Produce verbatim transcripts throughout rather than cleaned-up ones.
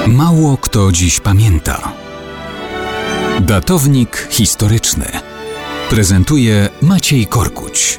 Mało kto dziś pamięta. Datownik historyczny prezentuje Maciej Korkuć.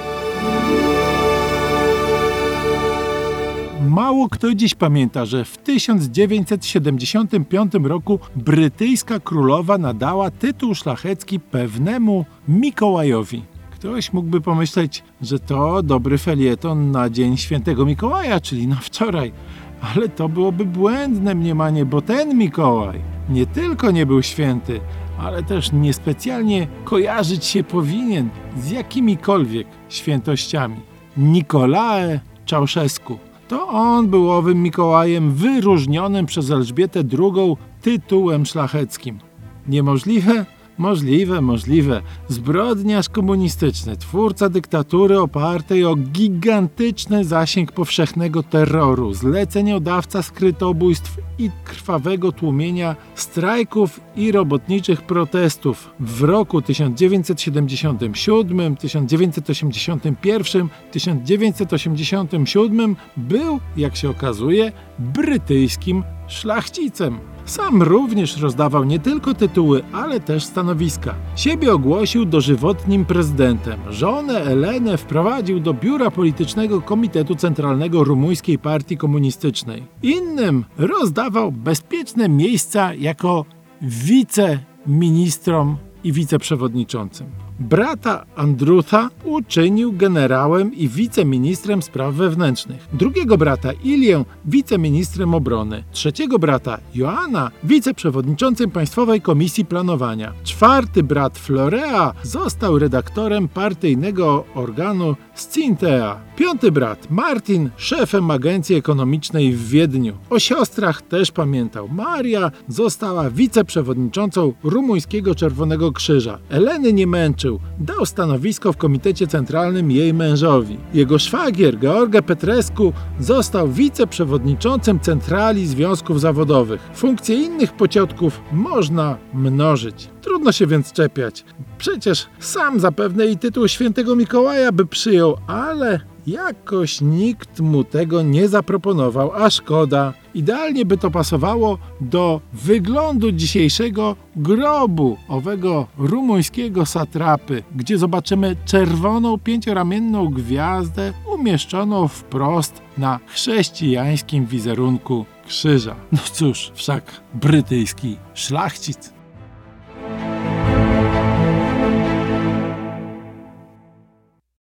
Mało kto dziś pamięta, że w tysiąc dziewięćset siedemdziesiątym piątym roku brytyjska królowa nadała tytuł szlachecki pewnemu Mikołajowi. Ktoś mógłby pomyśleć, że to dobry felieton na dzień świętego Mikołaja, czyli na wczoraj. Ale to byłoby błędne mniemanie, bo ten Mikołaj nie tylko nie był święty, ale też niespecjalnie kojarzyć się powinien z jakimikolwiek świętościami. Nicolae Ceausescu. To on był owym Mikołajem wyróżnionym przez Elżbietę drugą tytułem szlacheckim. Niemożliwe? Możliwe, możliwe. Zbrodniarz komunistyczny, twórca dyktatury opartej o gigantyczny zasięg powszechnego terroru, zleceniodawca skrytobójstw i krwawego tłumienia strajków i robotniczych protestów w roku tysiąc dziewięćset siedemdziesiątym siódmym, tysiąc dziewięćset osiemdziesiątym pierwszym, tysiąc dziewięćset osiemdziesiątym siódmym był, jak się okazuje, brytyjskim szlachcicem. Sam również rozdawał nie tylko tytuły, ale też stanowiska. Siebie ogłosił dożywotnim prezydentem. Żonę Elenę wprowadził do biura politycznego Komitetu Centralnego Rumuńskiej Partii Komunistycznej. Innym rozdawał bezpieczne miejsca jako wiceministrom i wiceprzewodniczącym. Brata Andrusa uczynił generałem i wiceministrem spraw wewnętrznych. Drugiego brata Ilię wiceministrem obrony. Trzeciego brata Joana wiceprzewodniczącym Państwowej Komisji Planowania. Czwarty brat Florea został redaktorem partyjnego organu Scintea. Piąty brat Martin szefem agencji ekonomicznej w Wiedniu. O siostrach też pamiętał. Maria została wiceprzewodniczącą Rumuńskiego Czerwonego Krzyża. Eleny nie męczył. Dał stanowisko w Komitecie Centralnym jej mężowi. Jego szwagier George Petrescu został wiceprzewodniczącym Centrali Związków Zawodowych. Funkcje innych pociotków można mnożyć. Trudno się więc czepiać. Przecież sam zapewne i tytuł świętego Mikołaja by przyjął, ale jakoś nikt mu tego nie zaproponował, a szkoda. Idealnie by to pasowało do wyglądu dzisiejszego grobu owego rumuńskiego satrapy, gdzie zobaczymy czerwoną pięcioramienną gwiazdę umieszczoną wprost na chrześcijańskim wizerunku krzyża. No cóż, wszak brytyjski szlachcic.